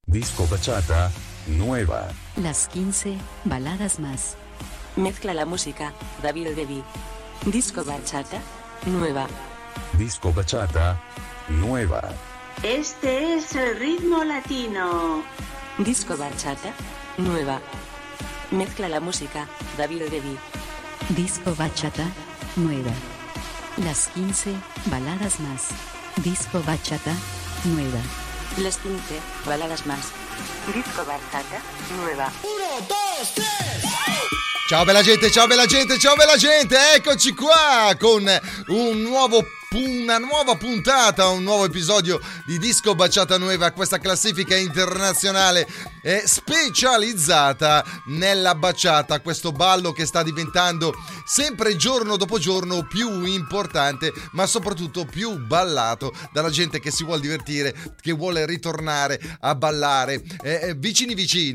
Disco Bachata Nueva. Las 15 baladas más. Mezcla la música, David Debbie. Disco Bachata Nueva. Disco Bachata Nueva. Este es el ritmo latino. Disco Bachata Nueva. Mezcla la música, David Debbie. Disco Bachata Nueva. Las 15 baladas más. Disco Bachata Nueva. Las 15 baladas más. Disco Bachata Nueva. 1, 2, 3. Ciao bella gente, ciao bella gente, ciao bella gente, eccoci qua con una nuova puntata, un nuovo episodio di Disco Bachata Nueva, questa classifica internazionale specializzata nella bachata, questo ballo che sta diventando sempre giorno dopo giorno più importante, ma soprattutto più ballato dalla gente che si vuole divertire, che vuole ritornare a ballare vicini.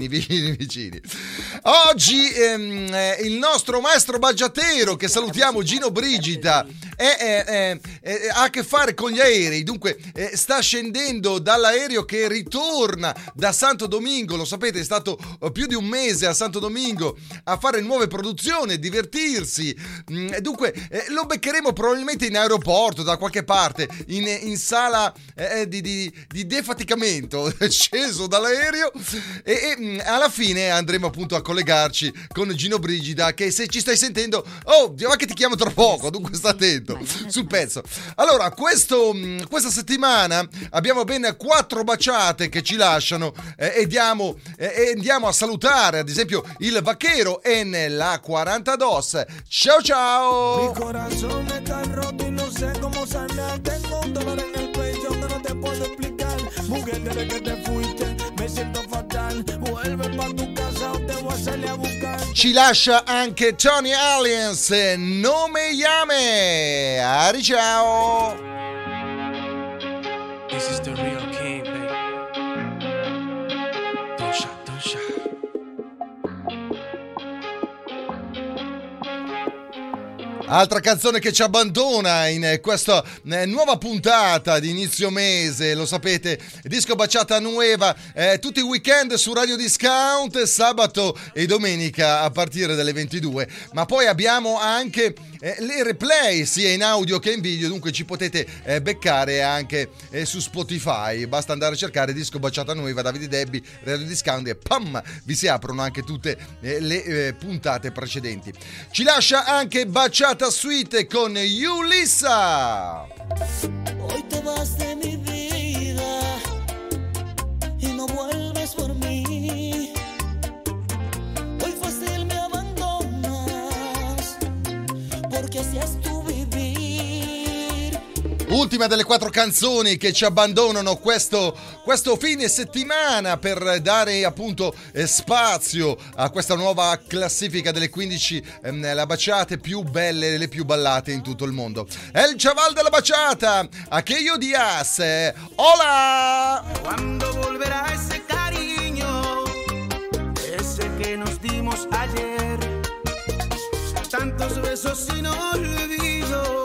Oggi il nostro maestro baggiatero, che salutiamo, Gino Brigida, ha a che fare con gli aerei, dunque sta scendendo dall'aereo che ritorna da Santo Domingo, lo sapete, è stato più di un mese a Santo Domingo a fare nuove produzioni, divertirsi, dunque lo beccheremo probabilmente in aeroporto, da qualche parte, in sala di defaticamento, sceso dall'aereo, e alla fine andremo appunto a collegarci con Gino Brigida, che se ci stai sentendo, ma che ti chiamo tra poco, dunque sta attento sul pezzo. Allora, questa settimana abbiamo ben 4 baciate che ci lasciano e andiamo a salutare ad esempio il Vaquero nella 42. Ciao ciao! Mi corazón está roto y no sé cómo sanar. Tengo un dolor en el pecho que no te puedo explicar. Mujer, desde que te fuiste me siento fatal. Vuelve pa' tu casa o te voy a salir a buscar. Ci lascia anche Tony Aliens, No me llame. Ari ciao! This is the real king, baby. Don't shot, don't shot. Altra canzone che ci abbandona in questa nuova puntata di inizio mese, lo sapete, Disco Bachata Nueva, tutti i weekend su Radio Discount, sabato e domenica a partire dalle 22, ma poi abbiamo anche le replay sia in audio che in video, dunque ci potete beccare anche su Spotify, basta andare a cercare Disco Bachata Nueva, Davide Debbie, Radio Discount e pam, vi si aprono anche tutte le puntate precedenti. Ci lascia anche Bachata Suite con Yulisa. Hoy te vas de mi vida y no vuelves por mí. Hoy fácil me abandonas porque así es tu vivir. Ultima delle 4 canzoni che ci abbandonano questo fine settimana per dare appunto spazio a questa nuova classifica delle 15 la baciate più belle, le più ballate in tutto il mondo. El chaval della baciata, Aquello Díaz, hola! Cuando volverá ese cariño, ese que nos dimos ayer, tantos besos sin olvido.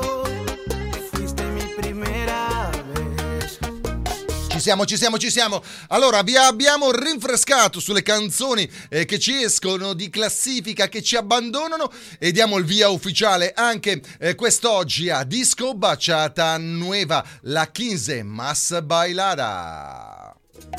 Ci siamo. Allora, vi abbiamo rinfrescato sulle canzoni che ci escono di classifica, che ci abbandonano, e diamo il via ufficiale anche quest'oggi a Disco Bachata Nueva, la 15 más bailada.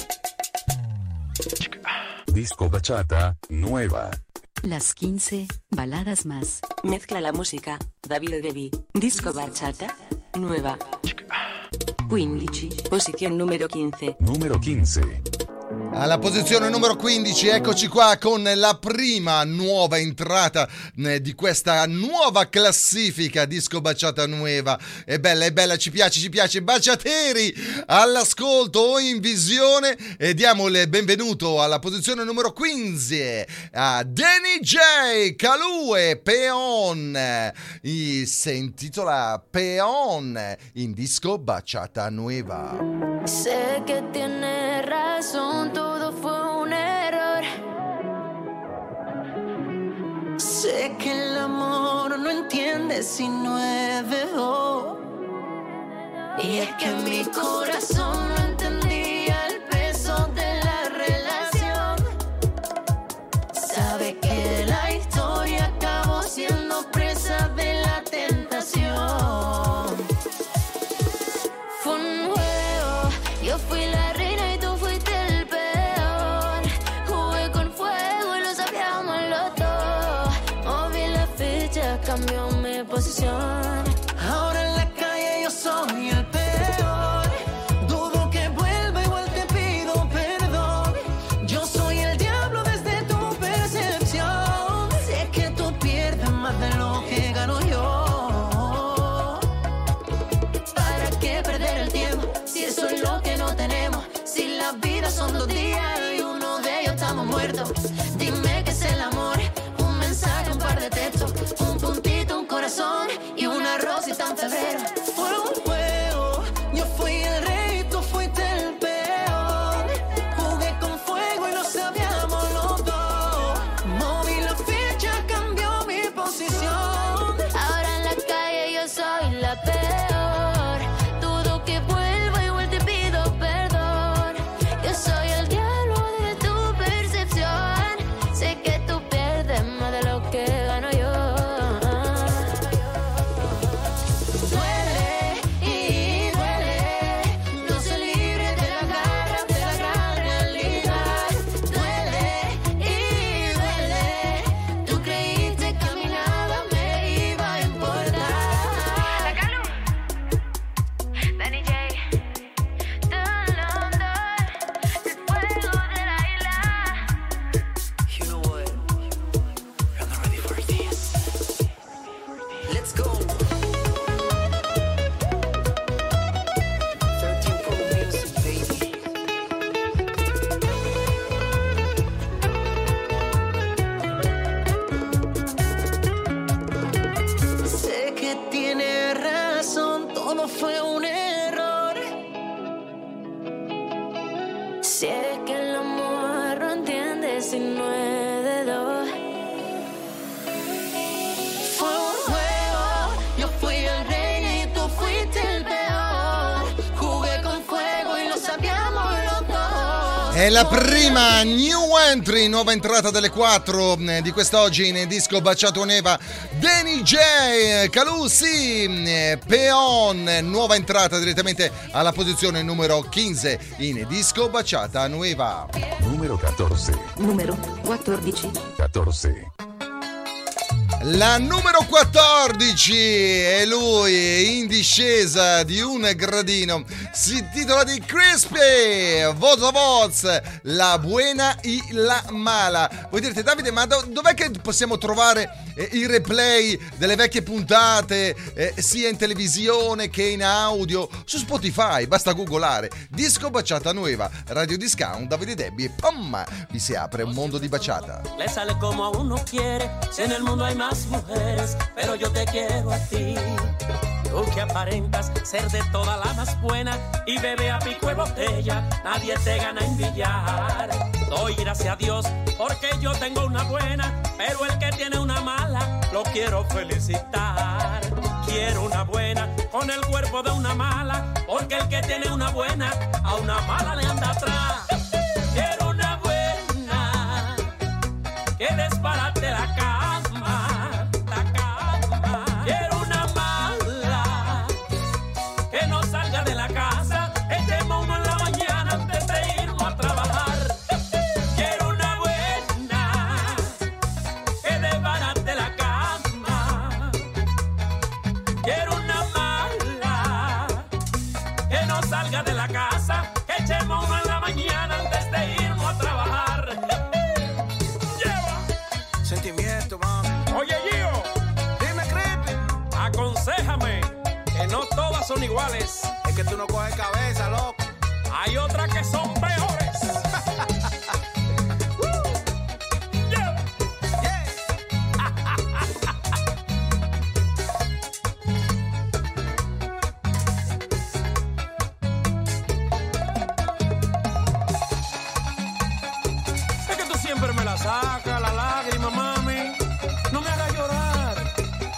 Disco Bachata Nueva. Las 15 baladas más. Mezcla la música, David Debbie. Disco Bachata Nueva. 15. Posición número 15. Numero 15. Alla posizione numero 15, eccoci qua con la prima nuova entrata di questa nuova classifica Disco Bachata Nueva. È bella, ci piace, baciateri all'ascolto o in visione, e diamo il benvenuto alla posizione numero 15 a Danny J, Calue, Peon, si intitola Peon in Disco Bachata Nueva. Sé que tienes razón, todo fue un error. Sé que el amor no entiende si no es mejor. Y es que mi corazón no entendía el peso de la cambió mi posición. Ahora en la calle yo soy el peor. Dudo que vuelva, igual te pido perdón. Yo soy el diablo desde tu percepción. Sé que tú pierdes más de lo que gano yo. ¿Para qué perder el tiempo si eso es lo que no tenemos? Si la vida son 2 días y uno de ellos estamos muertos. Dime qué es el amor. Un mensaje, un par de textos, un puntito, un corazón y una rosita en febrero. Fue un juego, yo fui el rey, tú fuiste el peor. Jugué con fuego y lo sabíamos los dos. Moví la ficha, cambió mi posición. Ahora en la calle yo soy la peor. Dudo que vuelva, igual te pido perdón. Yo soy el diablo de tu percepción. Sé que tú pierdes más de lo que gano yo. Duele y duele, no soy libre de la garra de la gran realidad. Duele y duele, tú creíste que a mí nada me iba a importar. La Calu, Danny J, Don London, el fuego de la isla. You know what? I'm not ready for this. Let's go. 13 Pro Music, baby. Sé que tiene razón, todo fue un error. Sé que el amor no entiende si no es de dos. Fue un juego, yo fui el rey y tú fuiste el peor. Jugué con fuego y lo sabíamos los dos. È la prima new entry, nuova entrata delle 4 di quest'oggi in Disco Baciato Neva. Danny J, Calusi, Peon, nuova entrata direttamente alla posizione numero 15 in Disco Baciata Nueva. Numero 14. Número 14. 14. La numero 14 è lui, in discesa di un gradino, si intitola di Crispy, Voz Voz, la buena y la mala. Voi direte, Davide, ma dov'è che possiamo trovare i replay delle vecchie puntate, sia in televisione che in audio? Su Spotify, basta googolare Disco Baciata Nueva, Radio Discount, Davide Debbie, e pam, vi si apre un mondo di baciata. Le sale como a uno quiere, si en el mundo hay más mujeres, pero yo te quiero a ti. Tú que aparentas ser de toda la más buena y bebe a pico de botella, nadie te gana en billar. Doy gracias a Dios porque yo tengo una buena, pero el que tiene una mala lo quiero felicitar. Quiero una buena con el cuerpo de una mala, porque el que tiene una buena a una mala le anda atrás. Quiero una buena que desbarate la cama, la cama. Quiero una mala que no salga de la casa, echemos uno en la mañana antes de irnos a trabajar. Quiero una buena que desbarate la cama. Quiero una mala que no salga de la casa, que echemos uno en la mañana antes de irnos a trabajar. Sentimiento, mami. Oye, Gio, Dime, Creepy. aconséjame que no todas son iguales. Es que tú no coges cabeza, loco. Hay otras que son peores. Es que tú siempre me la sacas, la lágrima, mami. No me hagas llorar.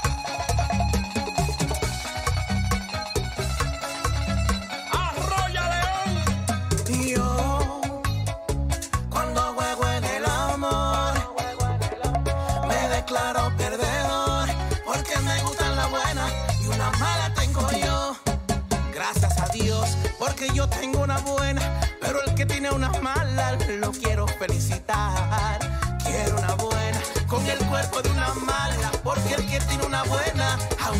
Arroya León. Y yo, cuando juego en el amor, me declaro perdedor, porque me gustan las buenas y una mala tengo yo. Gracias a Dios, porque yo tengo una buena, pero el que tiene una mala lo quiero felicitar. Quiero una buena con el cuerpo de una mala, porque el que tiene una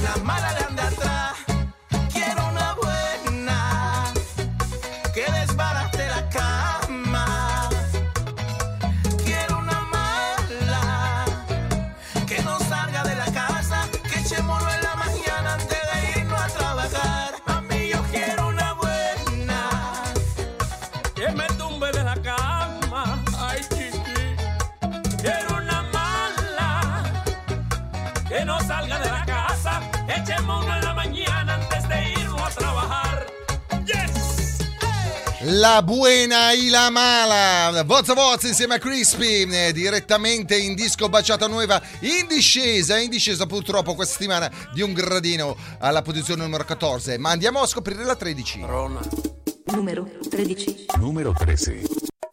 la mala le anda atrás. Quiero una buena que desbarate la cama. Quiero una mala que no salga de la casa, que echémoslo en la mañana antes de irnos a trabajar. Mami, yo quiero una buena que me tumbe de la cama. Ay, chiqui. Quiero una mala que no salga de la casa, echemos una en la mañana antes de irnos a trabajar. Yes! La buena e la mala, Vozza Vozza insieme a Crispy, direttamente in disco Baciata Nuova, in discesa purtroppo questa settimana di un gradino alla posizione numero 14, ma andiamo a scoprire la 13. Rona. Numero 13. Numero 13.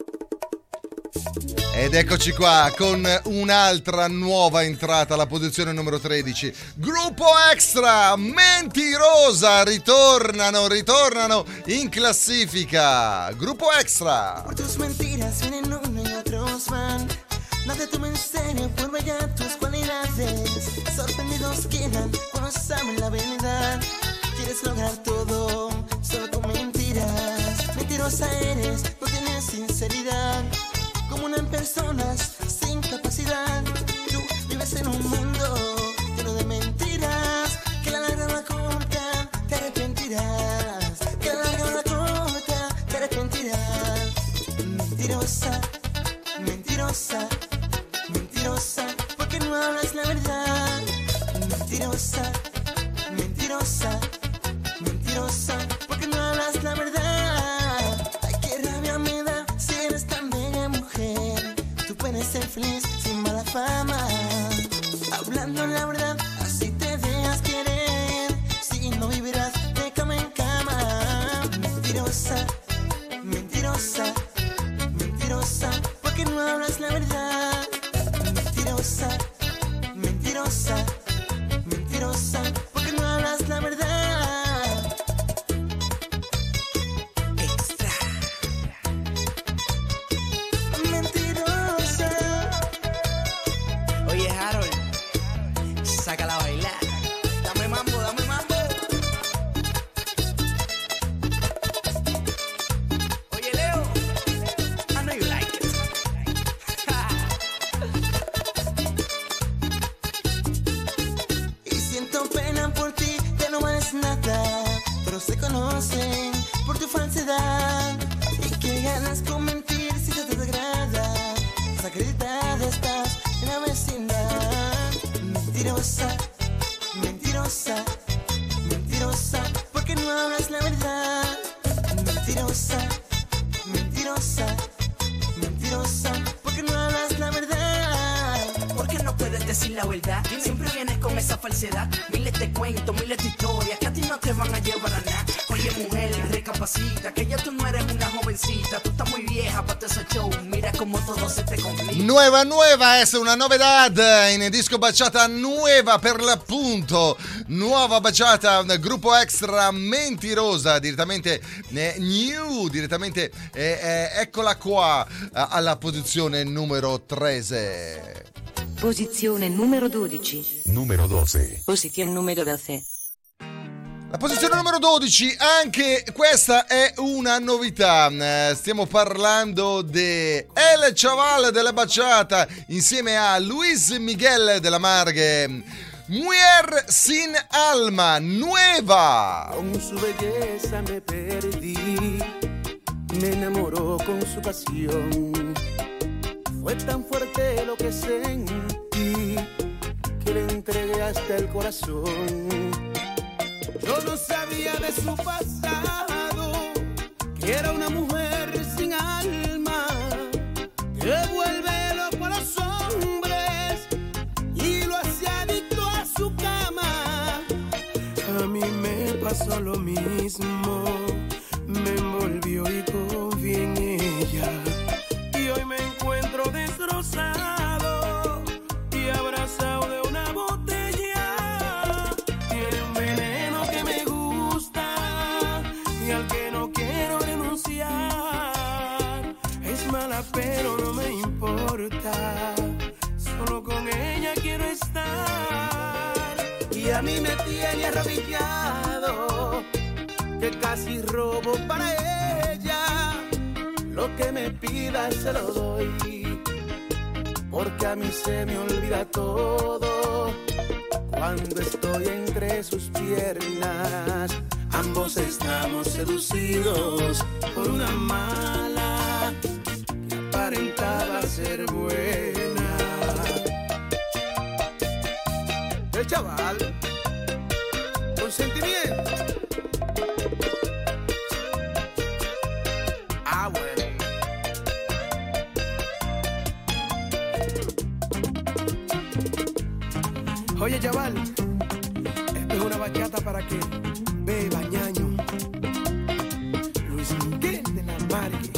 Ed eccoci qua con un'altra nuova entrata alla posizione numero 13. Gruppo Extra, Mentirosa, ritornano in classifica. Gruppo Extra. Por tus mentiras vienen uno y otros van. No te tomen en serio por ver tus cualidades. Sorprendidos quedan cuando saben la verdad. Quieres lograr todo solo con mentiras. Mentirosa eres, no tienes sinceridad. Como una personas sin capacidad. Tú vives en un mundo lleno de mentiras. Que la larga la corta, te arrepentirás. Que la larga la corta, te arrepentirás. Mentirosa, mentirosa, mentirosa, porque no hablas la verdad. Mentirosa, mentirosa, mentirosa, porque no hablas la verdad. Ay, qué rabia me da si eres tan bella mujer. Tú puedes ser feliz sin mala fama. Hablando la verdad, así te dejas querer. Si no vivirás de cama en cama. Mentirosa, mentirosa, mentirosa, porque no hablas la verdad. Mentirosa, mentirosa, mentirosa, porque no hablas la verdad. Extra. Mentirosa. Oye, Harold, sácala a bailar. Dame mambo, dame mambo. Oye, Leo, I know you like it. Y siento pena por ti, que no vales nada. Pero se conocen por tu falsedad. Y que ganas con mentir si te desagrada. Desacreditada estás en la vecindad. Mentirosa, mentirosa, mentirosa, porque no hablas la verdad. Mentirosa, mentirosa, mentirosa, porque no hablas la verdad. Porque no puedes decir la verdad. Siempre vienes con esa falsedad. Miles de cuentos, miles de historias que a ti no te van a llevar a nada. Oye, mujer, recapacita, que ya tú no eres una jovencita. Tú estás muy vieja para ese show. Mira cómo todo se te complica. Nueva, es una novedad in disco Baciata Nuova per l'appunto. Nuova baciata, Gruppo Extra, Mentirosa, direttamente new, direttamente eccola qua alla posizione numero 13. Posizione numero 12. Numero 12. Posición número 12. La posizione numero 12, anche questa è una novità. Stiamo parlando di El Chaval della Bachata insieme a Luis Miguel della Margue. Mujer sin alma, nueva. Con su belleza me perdí, me enamoró con su pasión. Fue tan fuerte lo que sentí que le entregué hasta el corazón. Yo no sabía de su pasado, que era una mujer sin alma, que vuelve loco a los hombres y lo hace adicto a su cama. A mí me pasó lo mismo, me envolvió y confié en ella. Y hoy me encuentro destrozado y abrazado de una botella. Tiene un veneno que me gusta y al que no quiero renunciar. Es mala pero no me importa, solo con ella quiero estar. Y a mí me me tiene arrodillado, que casi robo para ella. Lo que me pida se lo doy, porque a mí se me olvida todo cuando estoy entre sus piernas. Ambos estamos seducidos por una mala que aparentaba ser buena. El chaval con sentimiento. Ah, bueno. Oye, chaval, esto es una bachata para que beba, ñaño. Luis Miguel de la Margue.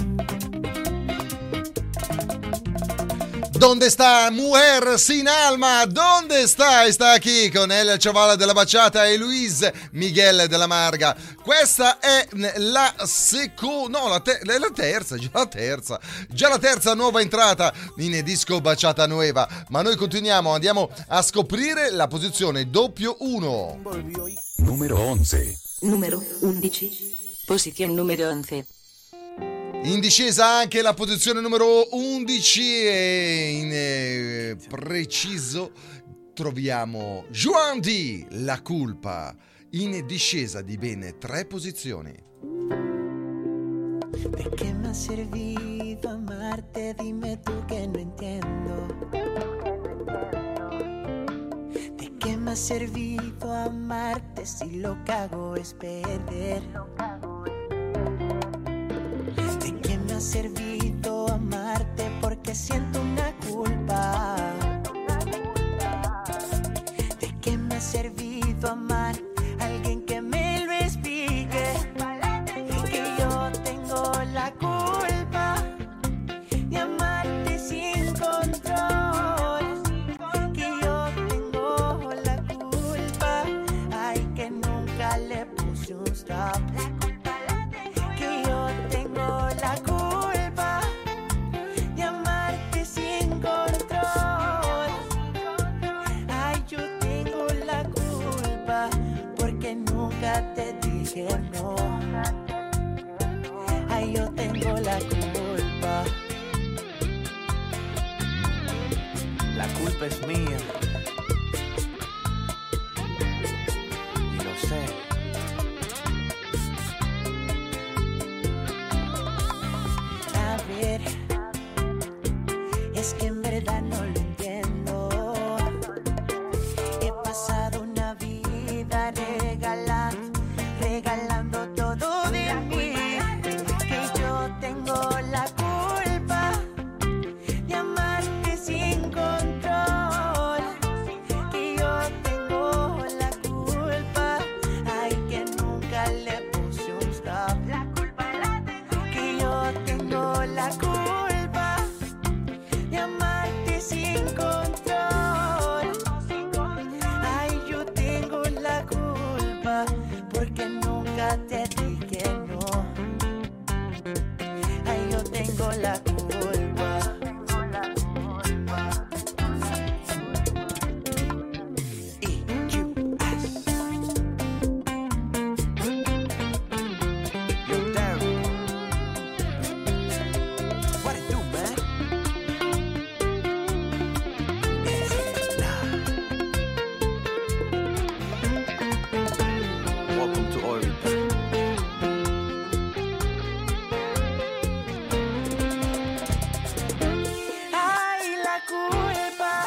¿Dónde está Mujer Sin Alma? ¿Dónde está? Está qui con el chaval della bachata e Luis Miguel della Marga. Questa è la seconda, no, la terza, già la terza nuova entrata in Disco Bachata Nueva. Ma noi continuiamo, andiamo a scoprire la posizione doppio 1. Numero 11. Numero 11. Posizione numero 11. In discesa anche la posizione numero 11 e in preciso troviamo Juan D, La Culpa, in discesa di ben 3 posizioni. ¿De qué me ha servido amarte? Dime tú que no entiendo. ¿De qué me ha servido amarte si lo que hago es perder? ¿De qué me ha servido amarte? Porque siento una culpa. ¿De qué me ha servido amar a alguien que me lo explique? Que yo tengo la culpa de amarte sin control. Que yo tengo la culpa, ay, que nunca le puse un stop. Que yo tengo la culpa de amarte sin control. Ay, yo tengo la culpa porque nunca te dije no. Ay, yo tengo la culpa. La culpa es mía. Y lo sé. A ver, es que en verdad no lo entiendo. He pasado una vida regalando todo de mí. Que yo tengo la culpa de amarte sin control. Que yo tengo la culpa, ay, que nunca le puse un stop. La culpa la tengo. Que yo tengo la culpa de amarte sin control. Ay, yo tengo la culpa porque nunca te dije no. Ay, yo tengo la culpa. Yo, Darren. What it do, man? Welcome to Orbit. Ay, la culpa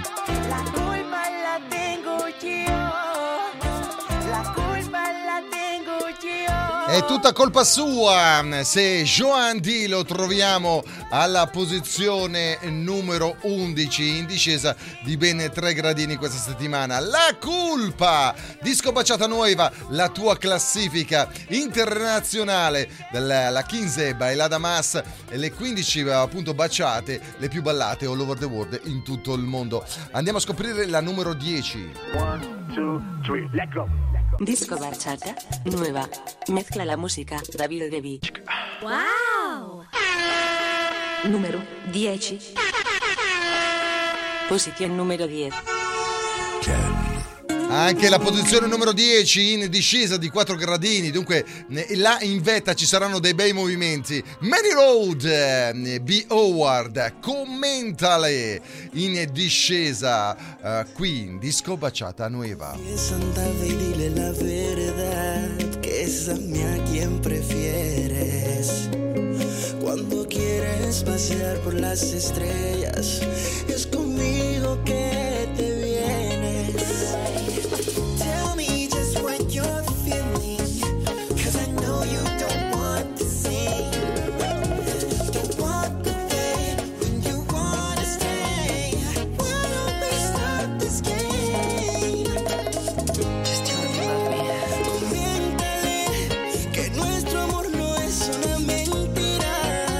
la tengo yo. La culpa la tengo yo. È tutta colpa sua se Joan D lo troviamo alla posizione numero 11 in discesa di ben 3 gradini questa settimana. La Culpa, Disco Bachata Nueva, la tua classifica internazionale della 15 Bailada Más e le 15 appunto baciate, le più ballate all over the world in tutto il mondo. Andiamo a scoprire la numero 10. 1, 2, 3, let's go. Disco Bachata Nueva. Mezcla la música David Devi. Wow! Numero 10. Posición número 10. Anche la posizione numero 10 in discesa di 4 gradini, dunque là in vetta ci saranno dei bei movimenti. Many Road, B. Howard, commentale in discesa qui in Disco Bachata Nueva. Andaba y dile la verdad, que es a mí a quien prefieres. Cuando quieres pasear por las estrellas, es conmigo que te vienes. Tell me just what you're feeling, 'cause I know you don't want to sing. Don't walk away when you wanna stay. Why don't we stop this game? Just tell me you love me. Coméntale que nuestro amor no es una mentira,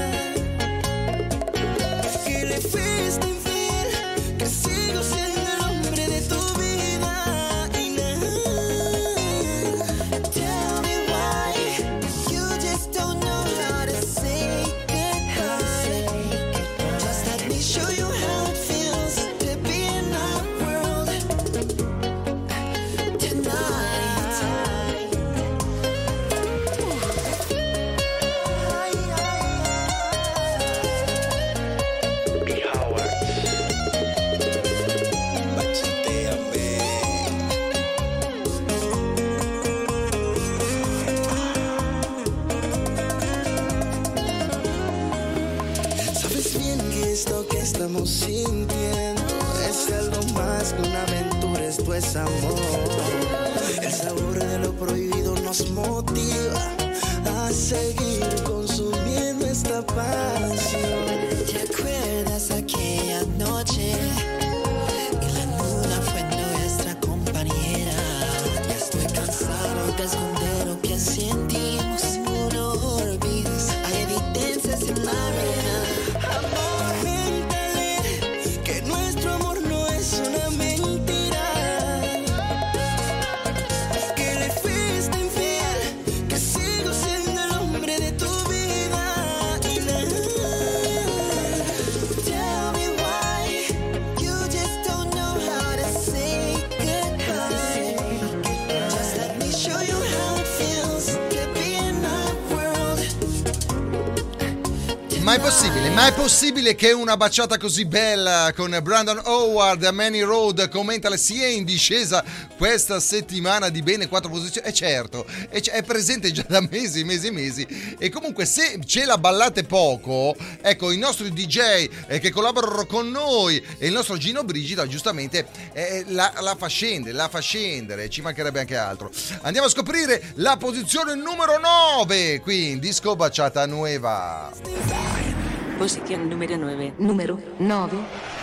que le fuiste infiel, que sigo siendo el hombre de tu vida. Y nada. Tell me why you just don't know how to say goodbye. Just let me show you how it feels to be in our world tonight. Sabes bien que esto que estamos sintiendo es algo más que una aventura, esto es amor. El sabor de lo prohibido nos motiva a seguir consumiendo esta pasión. ¿Te acuerdas aquella noche? Y la luna fue nuestra compañera. Ya estoy cansado de esconder lo que sentimos. No olvides, hay evidencias en la arena. Amor, cuéntale que nuestro amor no es una mentira, que le fuiste infiel, que sigo siendo el hombre de tu vida. Y nada. Tell me why you just don't know how to say goodbye. Just let me show you how it feels to be in our world. Ma è possibile che una baciata così bella con Brandon Howard a Many Road, commentale, sia in discesa questa settimana di bene 4 posizioni? Certo, è presente già da mesi. E comunque se ce la ballate poco, ecco, i nostri DJ che collaborano con noi e il nostro Gino Brigida giustamente la fa scendere, ci mancherebbe anche altro. Andiamo a scoprire la posizione numero 9 qui in Disco Bachata Nueva. Posición número 9. Número 9.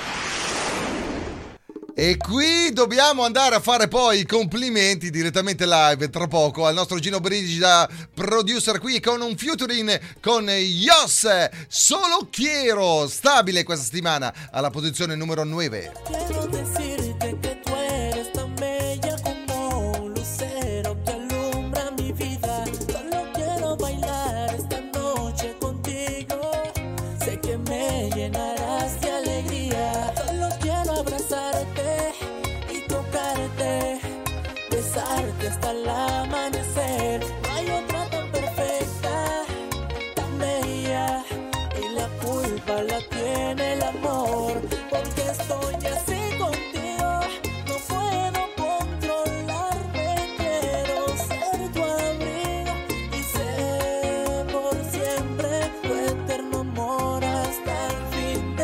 E qui dobbiamo andare a fare poi i complimenti direttamente live tra poco al nostro Gino Brigida, producer, qui con un featuring con Yos, Solo Quiero, stabile questa settimana alla posizione numero 9. Quiero decirte que tú eres tan bella como un lucero que alumbra mi vida. Solo quiero bailar esta noche contigo. Sé que me llenarás de alegría. Solo quiero abrazarte y tocarte, besarte hasta el amanecer. No hay otra tan perfecta, tan bella, y la culpa la tiene el amor, porque estoy así contigo. No puedo controlarme, quiero ser tu abrigo y ser por siempre tu eterno amor hasta el fin de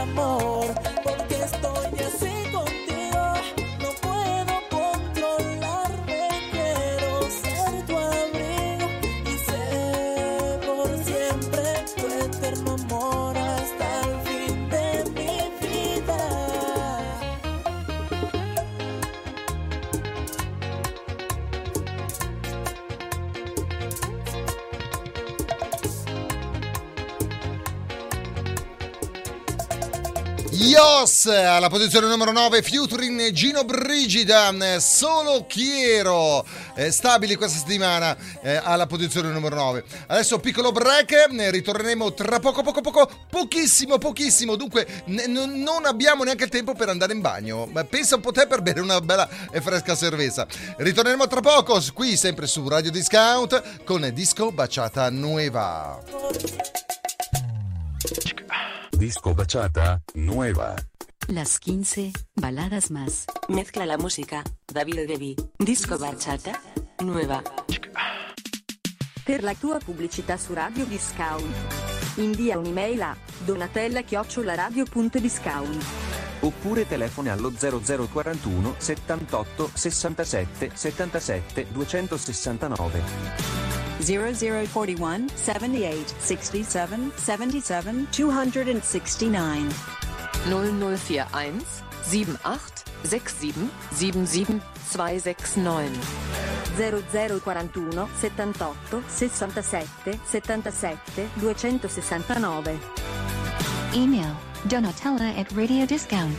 amor, porque estoy así contigo. No puedo controlarme, quiero ser tu abrigo y ser por siempre tu eterno amor hasta el fin de mi vida. Yos alla posizione numero 9, featuring Gino Brigida, Solo Quiero, stabili questa settimana alla posizione numero 9. Adesso piccolo break, ritorneremo tra pochissimo, dunque non abbiamo neanche il tempo per andare in bagno. Pensa un po' te per bere una bella e fresca cerveza. Ritorneremo tra poco, qui sempre su Radio Discount con Disco Bachata Nueva. Disco Bachata Nueva. Las 15 baladas más. Mezcla la música, David Devi. Disco Bachata Nueva. Per la tua pubblicità su Radio Discount, invia un'email a donatella@radio.discount. Oppure telefona allo 0041 78 67 77 269. 0041 78 67 77 269. 0041 78 67 77 269. 0041 78 67 77 269. Email donatella@Radio Discount.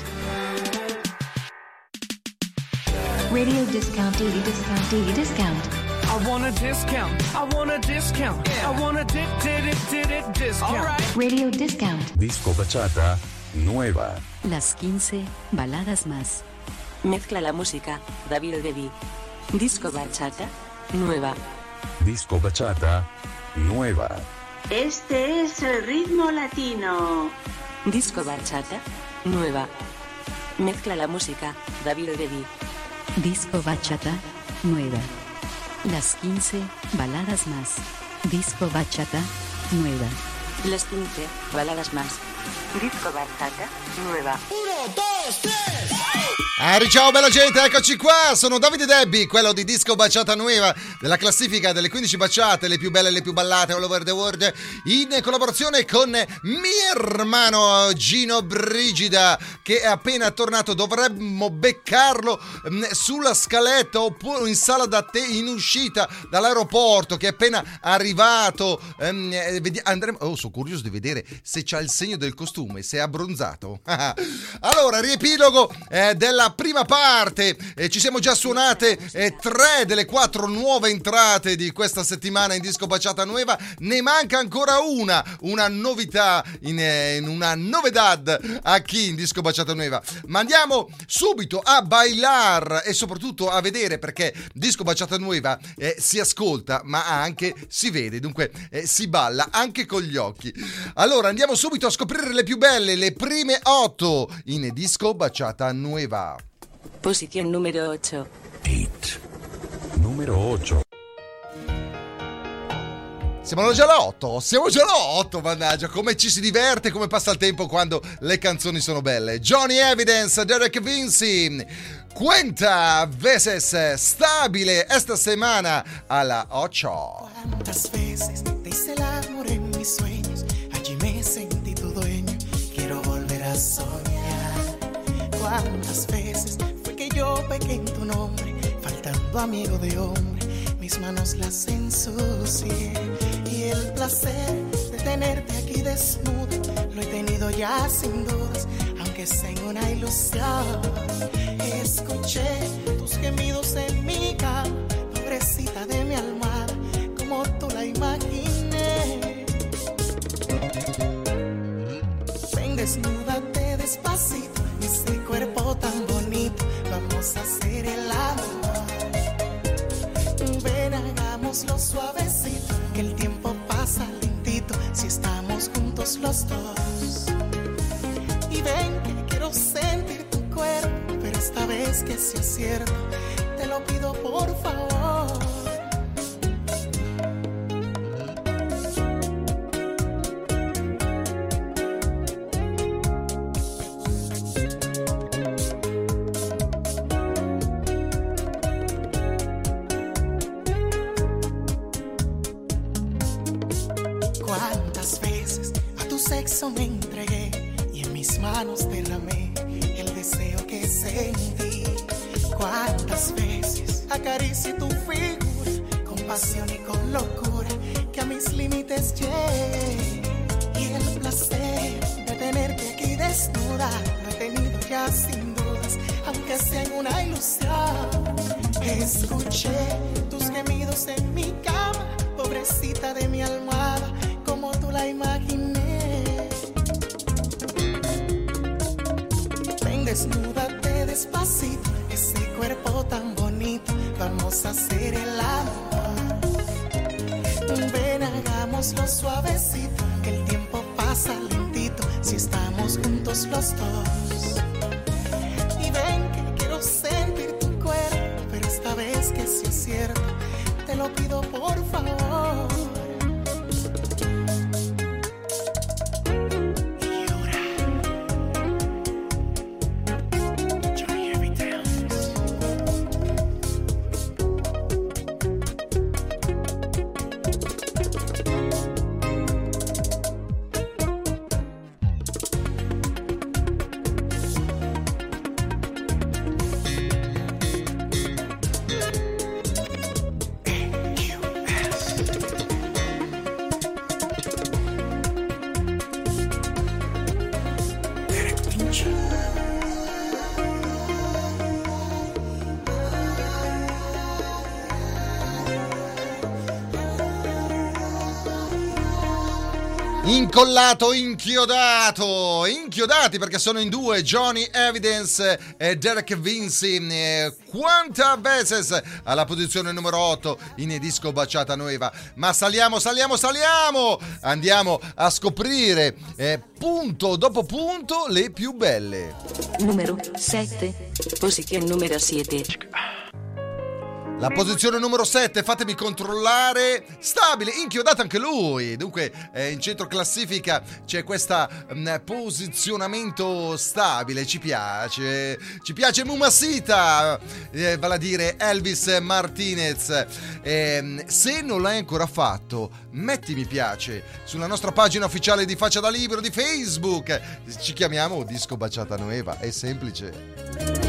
Radio Discount, Daily Discount, Daily Discount. I want a discount. I want a discount. I want a discount. All right. Radio Discount. Disco Bachata Nueva. Las 15 baladas más. Mezcla la música, David Devi. Disco Bachata Nueva. Disco Bachata Nueva. Este es el ritmo latino. Disco Bachata Nueva. Mezcla la música, David Devi. Disco Bachata Nueva. Las 15 baladas más. Disco Bachata Nueva. Las 15 baladas más. Disco Bachata Nueva. 1, 2, 3. Ciao bella gente, eccoci qua, sono Davide Debbi, quello di Disco Bachata Nueva, della classifica delle 15 baciate, le più belle e le più ballate all over the world, in collaborazione con mio hermano Gino Brigida, che è appena tornato. Dovremmo beccarlo sulla scaletta oppure in sala da te, in uscita dall'aeroporto, che è appena arrivato. Andremo, sono curioso di vedere se c'ha il segno del costume, se è abbronzato. Allora, riepilogo della prima parte, ci siamo già suonate 3 delle 4 nuove entrate di questa settimana in Disco Bachata Nueva. Ne manca ancora una novità, in una novedad aquí in Disco Bachata Nueva. Ma andiamo subito a bailar e soprattutto a vedere, perché Disco Bachata Nueva si ascolta ma anche si vede, dunque si balla anche con gli occhi. Allora andiamo subito a scoprire le più belle, le prime 8 in Disco Bachata Nueva. Posición número 8. Numero 8. Siamo già alla 8, mannaggia, come ci si diverte, come passa il tempo quando le canzoni sono belle. Johnny Evidence, Derek Vinci, Cuenta veces stabile esta semana alla 8. ¿Cuántas veces te hice el amor en mis sueños? Allí me sentí tu dueño, quiero volver a soñar. ¿Cuántas veces fue que yo pequé en tu nombre, faltando amigo de hombre, mis manos las ensucié? Y el placer de tenerte aquí desnudo lo he tenido ya sin dudas, aunque sea en una ilusión. Escuché tus gemidos en mi cama, pobrecita de mi almohada, como tú la imaginé. Ven, desnúdate despacito, ese cuerpo tan bonito, vamos a hacer el amor. Ven, hagámoslo suavecito, que el tiempo pasa lentito si estamos juntos los dos. Y ven que quiero sentir tu cuerpo, pero esta vez que sea cierto, te lo pido por favor. eso me entregué y en mis manos derramé el deseo que sentí. Cuántas veces acaricié tu figura con pasión y con locura, que a mis límites llegué. Y el placer de tenerte aquí desnuda lo he tenido ya sin dudas, aunque sea en una ilusión. Escuché tus gemidos en mi cama, pobrecita de mi almohada, como tú la imaginé. Ven, desnúdate despacito, ese cuerpo tan bonito, vamos a hacer el amor. Ven, hagámoslo suavecito, que el tiempo pasa lentito si estamos juntos los dos. Y ven que quiero sentir tu cuerpo, pero esta vez que sí es cierto, te lo pido por favor. Incollato, inchiodati perché sono in due, Johnny Evidence e Derek Vinci. Quantas veces alla posizione numero 8 in Disco Bachata Nueva. Ma saliamo, andiamo a scoprire punto dopo punto le più belle. Numero 7, posizione numero 7. La posizione numero 7, fatemi controllare, stabile, inchiodato anche lui. Dunque in centro classifica c'è questo posizionamento stabile, ci piace Mamacita, vale a dire Elvis Martinez. Se non l'hai ancora fatto, metti mi piace sulla nostra pagina ufficiale di Faccia da Libro di Facebook. Ci chiamiamo Disco Bachata Nueva, è semplice.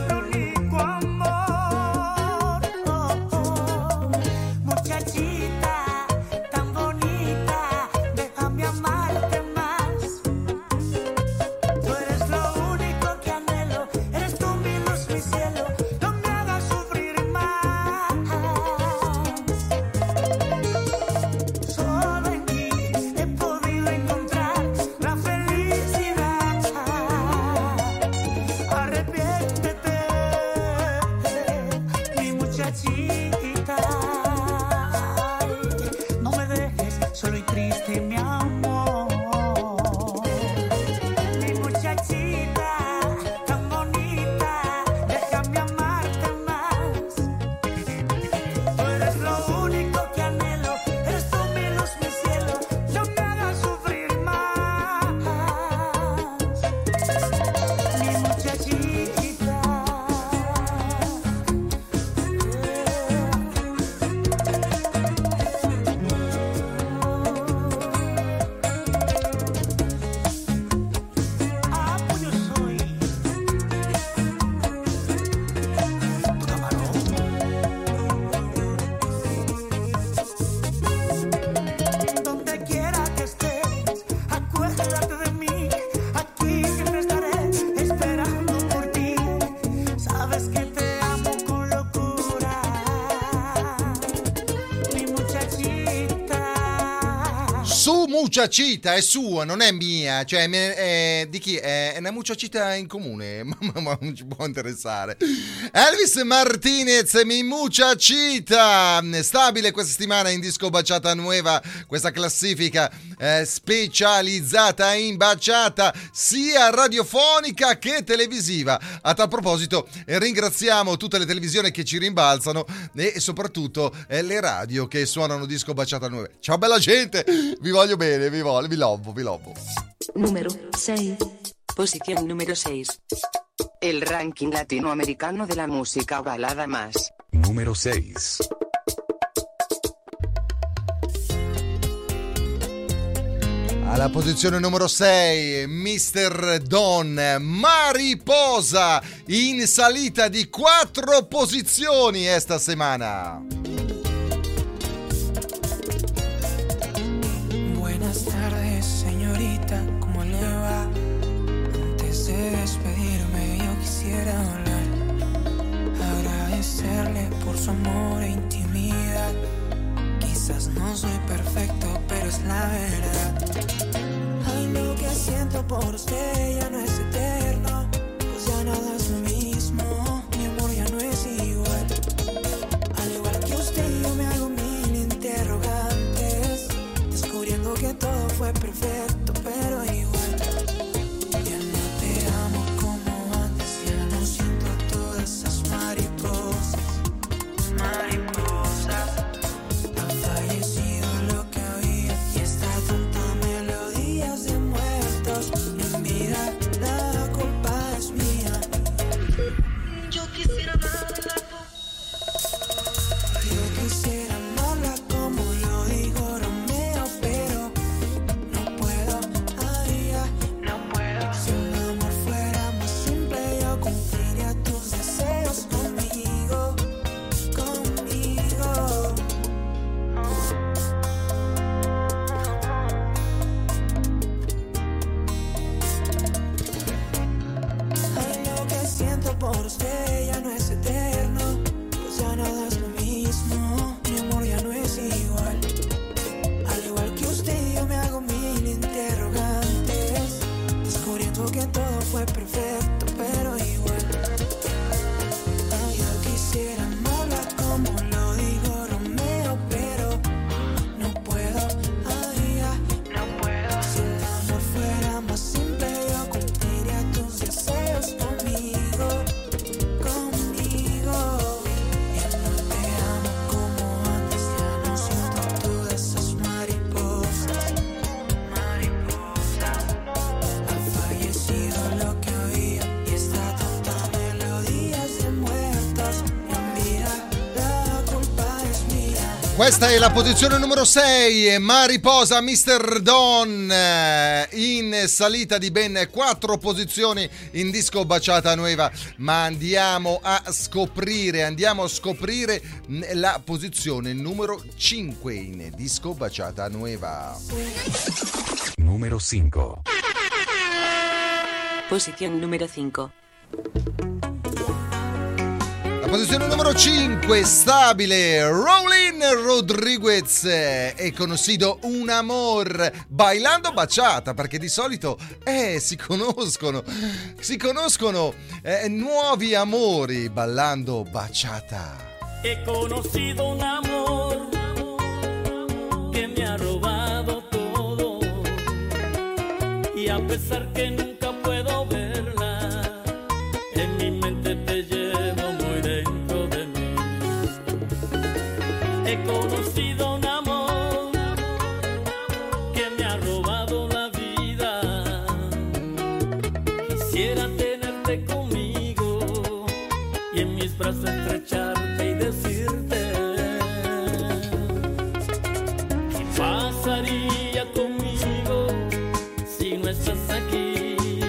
Muchachita su muchachita, è sua, non è mia, cioè di chi? È una muchachita in comune, ma non ci può interessare. Elvis Martinez, mi muchachita, stabile questa settimana in Disco Bachata Nueva, questa classifica specializzata in baciata sia radiofonica che televisiva. A tal proposito ringraziamo tutte le televisioni che ci rimbalzano e soprattutto le radio che suonano Disco Bachata Nueva. Ciao bella gente, vi voglio bene, vi lobo. Número 6. Posición número 6. El ranking latinoamericano de la música balada más. Número 6. Alla posizione numero 6, Mr. Don, Mariposa, in salita di 4 posizioni esta settimana. Buenas tardes, señorita, ¿cómo le va? Antes de despedirme yo quisiera hablar, agradecerle por su amor e intimidad. Quizás no soy perfecto, pero es la verdad. Ay, lo que siento por usted ya no es eterno, pues ya nada es lo mismo, mi amor ya no es igual. Al igual que usted yo me hago mil interrogantes, descubriendo que todo fue perfecto, pero igual. Ya no te amo como antes, ya no siento todas esas mariposas. Ha fallecido lo que había y esta tonta melodías de muertos. En vida la culpa es mía. Yo quisiera amarla como lo dijo Romeo, pero no puedo, ay, ya, no puedo. Si el amor fuera más simple yo cumpliría tus deseos conmigo. Ay, lo que siento por usted ya no es eterno, pues ya nada es lo mismo, mi amor ya no es igual. Al igual que usted yo me hago mil interrogantes, descubriendo que todo fue perfecto, pero igual. Ay, yo quisiera amarla como lo dijo Romeo, pero no puedo, ay, ya, no puedo. Si el amor fuera más simple yo cumpliría tus deseos conmigo. Ya no te amo como antes, ya no siento todas esas mariposas. Ha fallecido lo que había y esta tonta melodías de muertos. En vida la culpa es mía. Questa è la posizione numero 6, Mariposa, Mr. Don, in salita di ben 4 posizioni in Disco Bachata Nueva. Ma andiamo a scoprire la posizione numero 5 in Disco Bachata Nueva. Número 5. Posición número 5. La posizione numero 5, stabile, Rollin Rodriguez e conocido Un Amor, bailando bachata, perché di solito si conoscono nuovi amori ballando bachata. He conocido un amor que me ha robado todo y a pesar que nunca puedo verla, en mi mente te llevo muy dentro de mí. He conocido un amor que me ha robado la vida. Quisiera tenerte conmigo y en mis brazos estrecharte y decirte ¿qué pasaría conmigo si no estás aquí?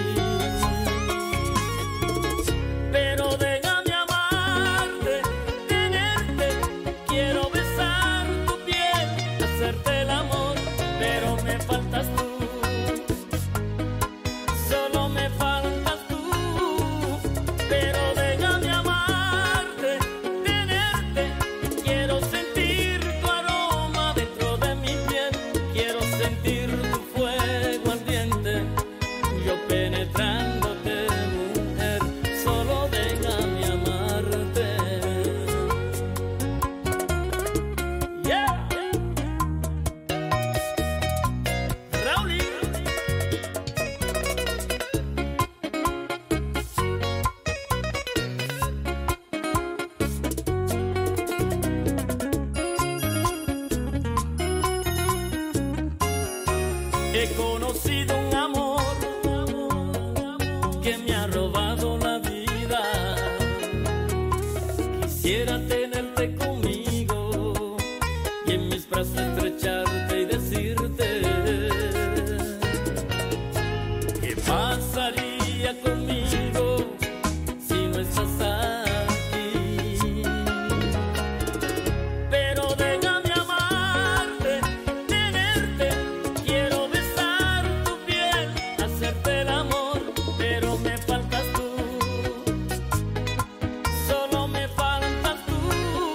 He conocido un amor que me ha robado la vida. Quisiera tenerte conmigo y en mis brazos estrecharte y decirte qué pasaría conmigo si no estás aquí. Pero déjame amarte, tenerte, quiero besar tu piel, hacerte el amor, pero me faltas tú, solo me faltas tú.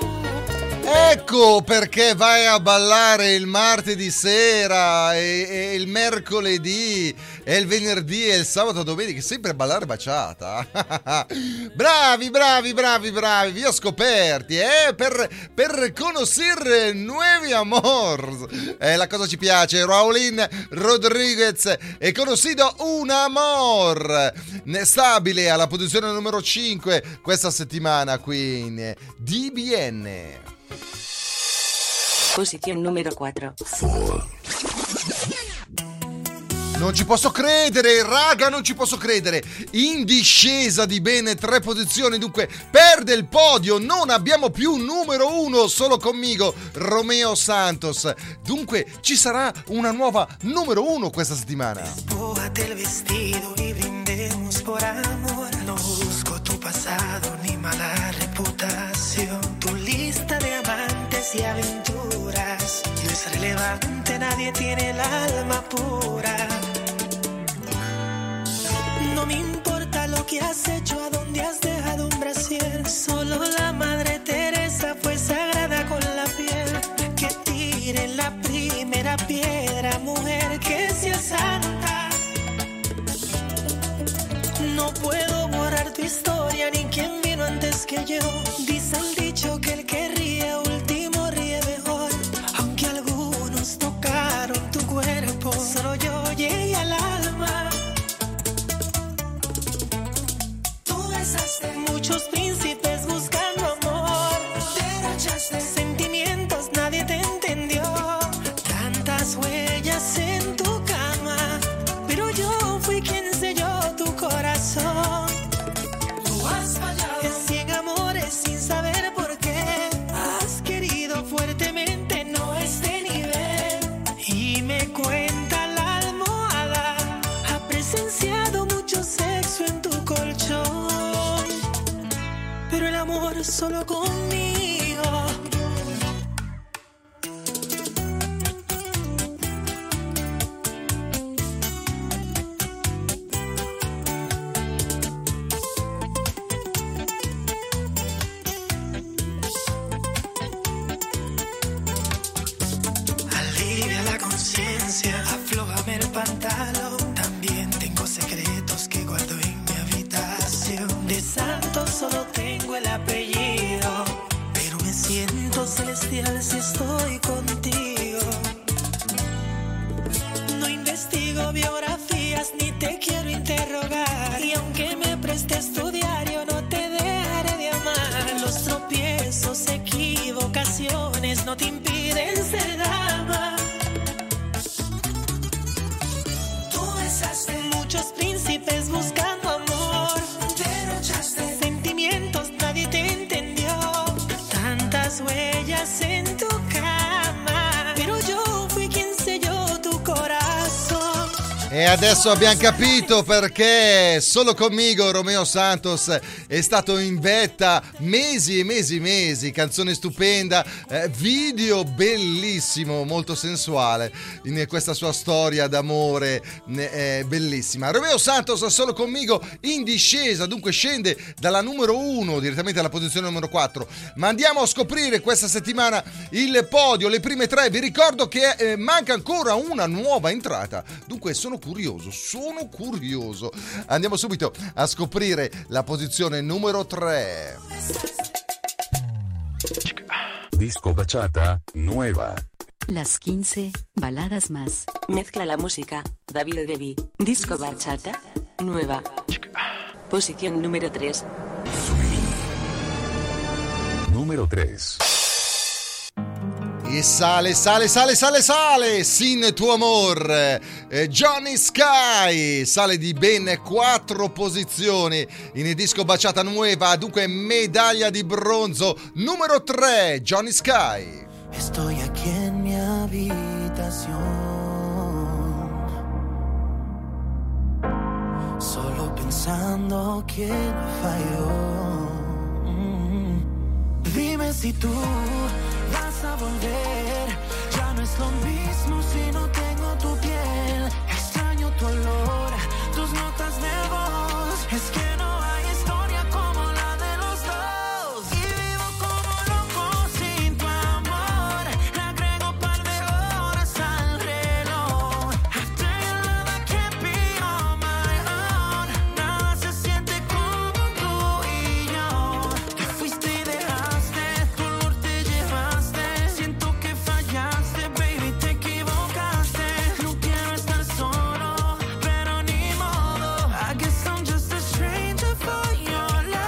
Ecco perché vai a ballare il martedì sera e il mercoledì e il venerdì e il sabato e domenica, sempre a ballare baciata. Bravi, vi ho scoperti, per conoscere nuovi amor. La cosa ci piace, Raulín Rodríguez è conocido un amor. Stabile alla posizione numero 5 questa settimana qui in DBN. Posición número 4. Non ci posso credere, raga, non ci posso credere. In discesa di bene 3 posizioni, dunque perde il podio. Non abbiamo più numero 1, solo conmigo, Romeo Santos. Dunque ci sarà una nuova numero 1 questa settimana. Despójate el vestido y brindemos por amor. No busco tu pasado ni mala reputación. Tu lista de amantes y aventuras no es relevante, nadie tiene el alma pura. No me importa lo que has hecho, a dónde has dejado un brasier. Solo la Madre Teresa fue sagrada con la piel. Que tiren la primera piedra, mujer, que sea santa. No puedo borrar tu historia ni quién vino antes que yo. Dice el dicho que el que ríe último ríe mejor. Aunque algunos tocaron tu cuerpo, solo yo llegué al alma. Muchos príncipes buscando amor, derrochaste sentimientos, nadie te entendió. Tantas huellas en tu cama, pero yo fui quien selló tu corazón. Tú has fallado en 100 amores sin saber por qué. Has querido fuertemente, no este nivel. Y me cuenta la almohada, ha presenciado mucho sexo en tu colchón. Pero el amor solo conmigo. Alivia la conciencia, aflójame el pantalón. También tengo secretos que guardo en mi habitación. De santo solo tengo el apellido, pero me siento celestial si estoy contigo. No investigo biografías ni te quiero interrogar, y aunque me prestes tu diario no te dejaré de amar. Los tropiezos, equivocaciones no te impiden ser dama. Tú besaste muchos príncipes buscando amor, derrochaste sentimientos, nadie te entendió. Tantas huellas en tu cama, pero yo fui quien selló tu corazón. E adesso abbiamo capito perché solo conmigo Romeo Santos è stato in vetta mesi e mesi, canzone stupenda, video bellissimo, molto sensuale in questa sua storia d'amore bellissima. Romeo Santos solo conmigo in discesa, dunque scende dalla numero 1 direttamente alla posizione numero 4. Ma andiamo a scoprire questa settimana il podio, le prime 3. Vi ricordo che manca ancora una nuova entrata, dunque sono curioso. Andiamo subito a scoprire la posizione numero 3. Disco bachata, nueva. Las 15 baladas más. Mezcla la música, David Devi. Disco bachata, nueva. Posición número 3. Número 3. E sale, sin tu amor. Johnny Sky sale di ben 4 posizioni in disco Bachata Nueva, dunque medaglia di bronzo numero 3, Johnny Sky. Estoy aquí en mi habitación, solo pensando quién falló. Dime si tú vas a volver. Ya no es lo mismo si no tengo tu piel. Extraño tu olor, tus notas de voz. Es que no hay historia como la de los dos. Y vivo como loco sin tu amor. Le agrego par de horas al reloj. After your love I can't be on my own. Nada se siente como tú y yo. Te fuiste y dejaste, tu olor te llevaste. Siento que fallaste, baby, te equivocaste. No quiero estar solo, pero ni modo. I guess I'm just a stranger for your love.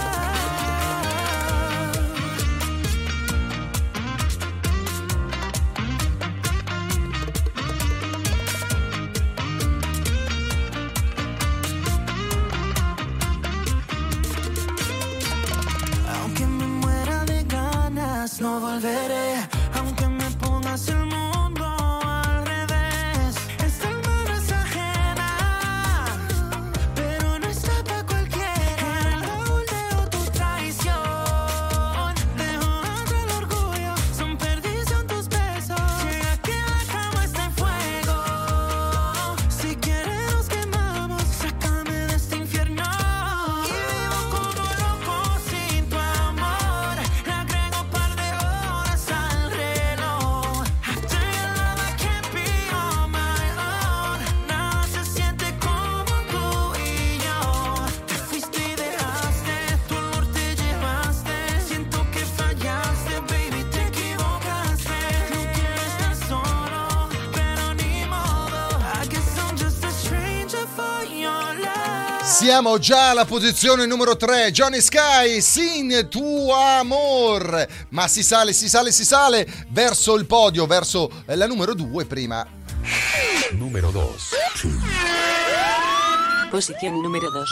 Aunque me muera de ganas, no volveré. Aunque me pongas el mundo al revés. Esta mano es ajena, pero no está pa' cualquiera. En el baúl dejo tu traición, dejo atrás el orgullo. Son perdición tus besos. Llega que la cama está en fuego. Si quieres nos quemamos, sácame de este infierno. Y vivo como loco sin tu amor. Le agrego par de horas al reloj. After your love I can't be on my own. Nada se siente como tú y yo. Te fuiste y dejaste, tu olor te llevaste. Siento que fallaste, baby, te equivocaste. No quiero estar solo, pero ni modo. I guess I'm just a stranger for your love. Siamo già alla posizione numero 3, Johnny Sky, Sin tu amor. Ma si sale verso il podio, verso la numero 2 prima. Número 2. Posición número 2.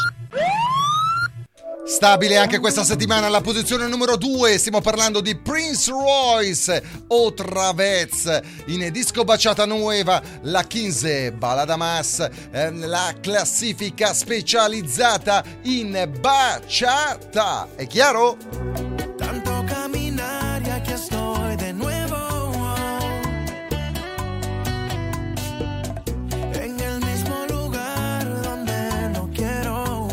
Stabile anche questa settimana alla posizione numero 2, stiamo parlando di Prince Royce, Otra vez, in disco Bachata Nueva, la 15 Balada Más, la classifica specializzata in bachata. È chiaro? Tanto caminar y aquí estoy de nuevo. En el mismo lugar donde no quiero.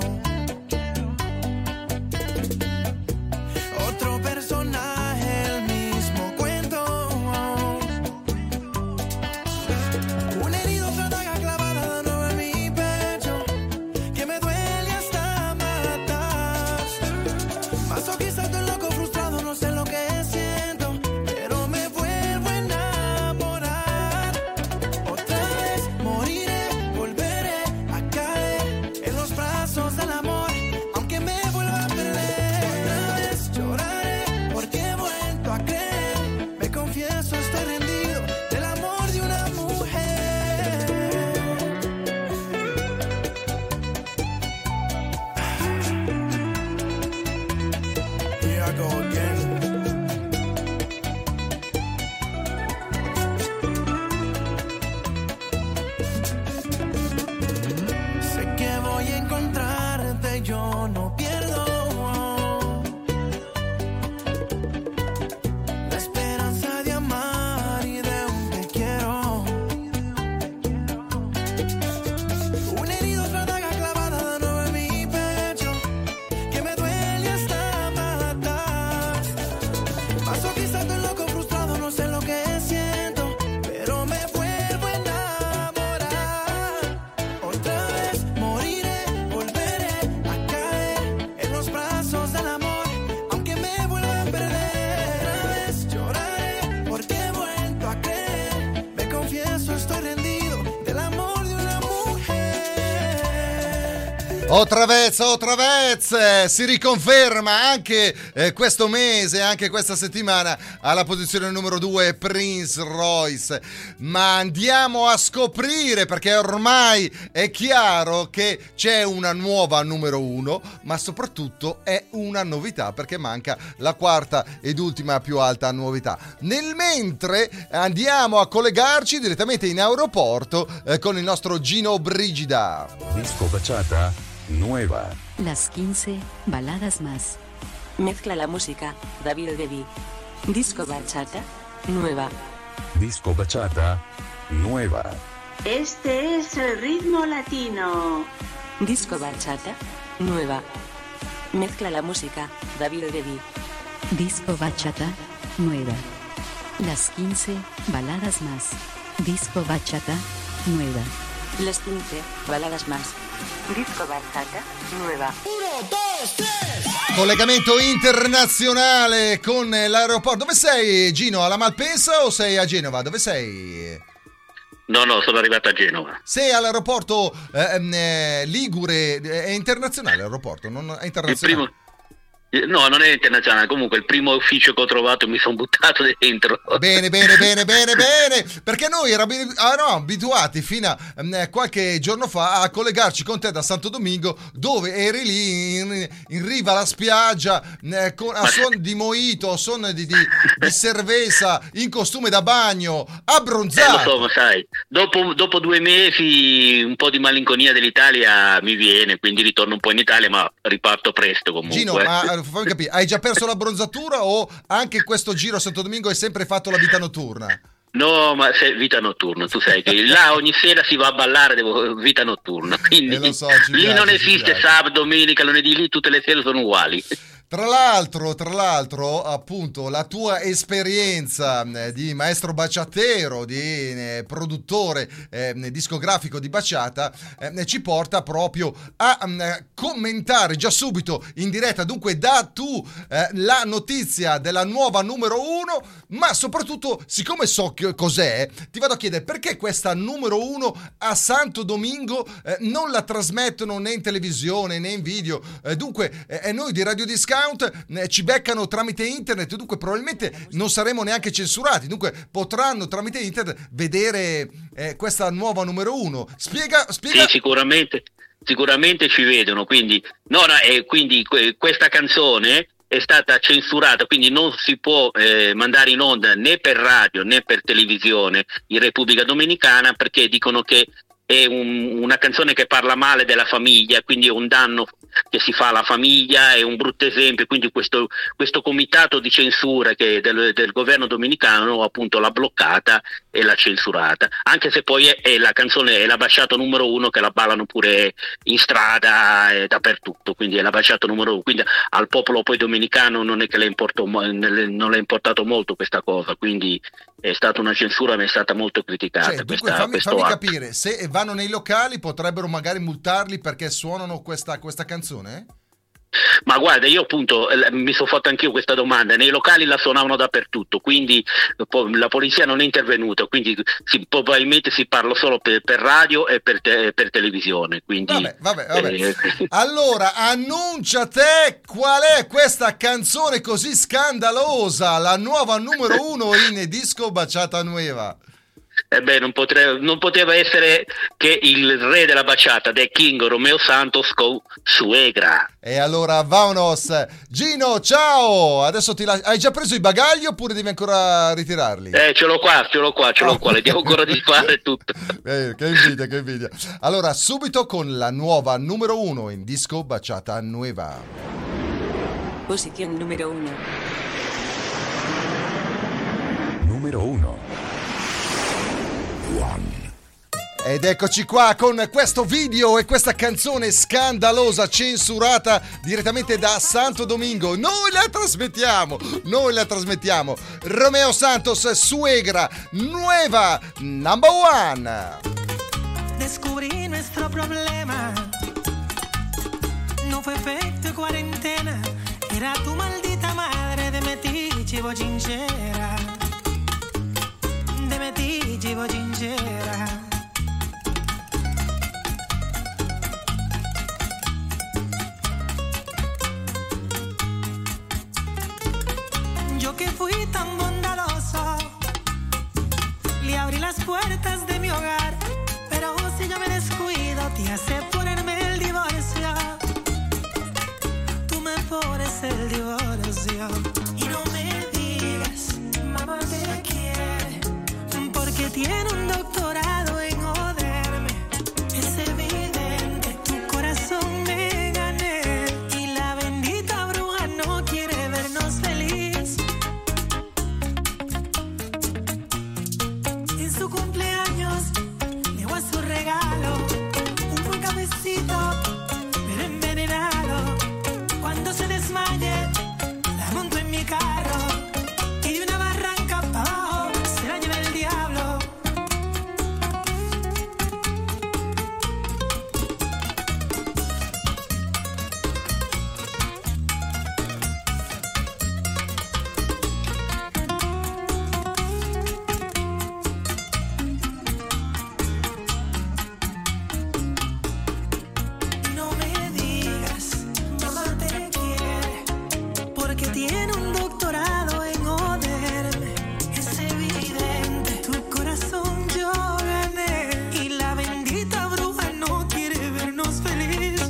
Otro personaje, el mismo cuento. Un herido, otra daga clavada de nuevo en mi pecho, que me duele hasta matar. Masoquista, estoy loco, frustrado, no sé lo que siento, pero me vuelvo a enamorar. Otra vez moriré, volveré a caer en los brazos del amor, aunque me vuelva a perder. Otra vez lloraré porque he vuelto a creer. Me confieso, estoy rendido del amor de una mujer. Here I go again. Sé que voy a encontrarte, yo no pierdo la esperanza de amar. Otra vez, si riconferma anche questo mese, anche questa settimana alla posizione numero 2 Prince Royce. Ma andiamo a scoprire, perché ormai è chiaro che c'è una nuova numero 1, ma soprattutto è una novità, perché manca la quarta ed ultima più alta novità. Nel mentre andiamo a collegarci direttamente in aeroporto con il nostro Gino Brigida. Disco bachata nueva. Las 15 baladas más. Mezcla la música, David Devi. Disco bachata, nueva. Disco bachata nueva. Este es el ritmo latino. Disco bachata, nueva. Mezcla la música, David Devi. Disco bachata nueva. Las 15 baladas más. Disco bachata nueva. Las 15 baladas más. Disco bachata nueva. 1, 2, 3. Collegamento internazionale con l'aeroporto. Dove sei, Gino? Alla Malpensa o sei a Genova? Dove sei? No, sono arrivato a Genova. Sei all'aeroporto Ligure. È internazionale l'aeroporto? Non è internazionale? No, non è internazionale. Comunque il primo ufficio che ho trovato mi sono buttato dentro. Bene. Perché noi eravamo abituati fino a qualche giorno fa a collegarci con te da Santo Domingo, dove eri lì in riva alla spiaggia a suon di mojito, a suon di cerveza, in costume da bagno, abbronzato. Lo so, ma sai, dopo 2 mesi un po' di malinconia dell'Italia mi viene, quindi ritorno un po' in Italia, ma riparto presto comunque. Gino, ma fammi capire, hai già perso l'abbronzatura o anche questo giro a Santo Domingo hai sempre fatto la vita notturna? No, ma vita notturna, tu sai che là ogni sera si va a ballare, vita notturna, quindi lo so, lì piace, non esiste sabato, domenica, lunedì, lì tutte le sere sono uguali. Tra l'altro, appunto, la tua esperienza di maestro baciatero, di produttore discografico di baciata, ci porta proprio a commentare già subito in diretta. Dunque, da tu la notizia della nuova numero 1, ma soprattutto, siccome so cos'è, ti vado a chiedere perché questa numero 1 a Santo Domingo non la trasmettono né in televisione né in video. Dunque, noi di Radio Discount ci beccano tramite internet, dunque probabilmente non saremo neanche censurati, dunque potranno tramite internet vedere questa nuova numero 1. Spiega. Sì, sicuramente ci vedono, quindi quindi questa canzone è stata censurata, quindi non si può mandare in onda né per radio né per televisione in Repubblica Dominicana, perché dicono che è una canzone che parla male della famiglia, quindi è un danno che si fa alla famiglia, è un brutto esempio, quindi questo comitato di censura che del governo dominicano appunto l'ha bloccata e l'ha censurata, anche se poi è la canzone, è la baciata numero 1 che la ballano pure in strada e dappertutto, quindi è la baciata numero 1, quindi al popolo poi dominicano non è che non l'ha importato molto questa cosa, quindi è stata una censura, ma è stata molto criticata. Cioè, dunque fammi capire, se vanno nei locali potrebbero magari multarli perché suonano questa canzone? Ma guarda, io appunto mi sono fatto anch'io questa domanda, nei locali la suonavano dappertutto, quindi la polizia non è intervenuta, quindi probabilmente si parla solo per radio e per televisione, quindi vabbè. Allora annuncia te qual è questa canzone così scandalosa, la nuova numero 1 in Disco Bachata Nueva. Non poteva essere che il re della baciata, The King Romeo Santos con Suegra. E allora vamonos. Gino, ciao. Adesso hai già preso i bagagli oppure devi ancora ritirarli? Ce l'ho qua, le devo ancora disfare tutto. Che invidia. Allora, subito con la nuova numero 1 in Disco Bachata Nueva. Posizione numero 1. Numero 1. Ed eccoci qua con questo video e questa canzone scandalosa censurata direttamente da Santo Domingo. Noi la trasmettiamo. Romeo Santos, Suegra, Nueva, number 1. Descubrí nuestro problema. No fue efecto cuarentena. Era tu maldita madre de metiche bochinchera. De metiche bochinchera. que fui tan bondadoso. Le abrí las puertas de mi hogar, pero si yo me descuido, te hace ponerme el divorcio. Tú me pones el divorcio. Y no me digas, mamá te quiere, porque tiene un doctorado en joderme. Es evidente, tu corazón me gané, y la bendita bruja no quiere vernos feliz. En su cumpleaños le voy a su regalo, un buen cafecito, pero envenenado. Cuando se desmaye, la monto en mi carro, y de una barranca para abajo se la lleva el diablo. No me digas, mamá te quiere, porque tiene un doctorado en joderme. Es evidente, tu corazón yo gané, y la bendita bruja no quiere vernos feliz.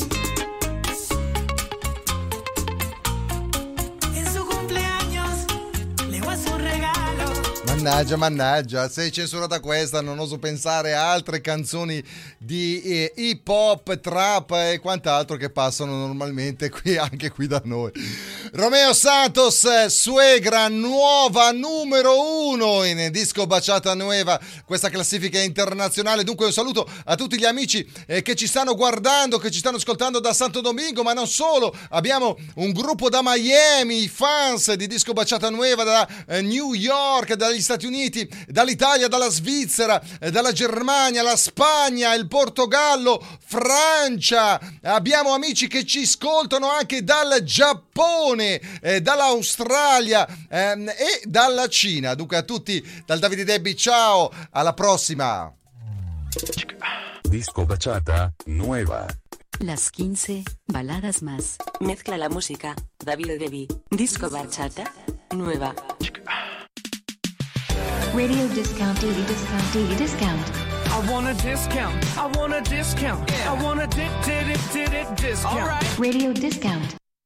En su cumpleaños le voy a su regalo. Mannaggia, se è censurata questa non oso pensare a altre canzoni di hip hop, trap e quant'altro che passano normalmente anche qui da noi. Romeo Santos, Suegra, nuova numero 1 in Disco Bachata Nueva, questa classifica internazionale. Dunque un saluto a tutti gli amici che ci stanno guardando, che ci stanno ascoltando da Santo Domingo, ma non solo. Abbiamo un gruppo da Miami, i fans di Disco Bachata Nueva da New York, dagli Stati Uniti, dall'Italia, dalla Svizzera, dalla Germania, la Spagna, il Portogallo, Francia. Abbiamo amici che ci ascoltano anche dal Giappone, dall'Australia e dalla Cina. Dunque a tutti dal Davide Debbie, ciao, alla prossima. Disco Bachata Nueva. Las 15 baladas más. Mezcla la música, David Debbie. Disco Bachata Nueva. Radio discount, daily discount, daily discount. I want a discount. I want a discount. I want a discount. Radio discount.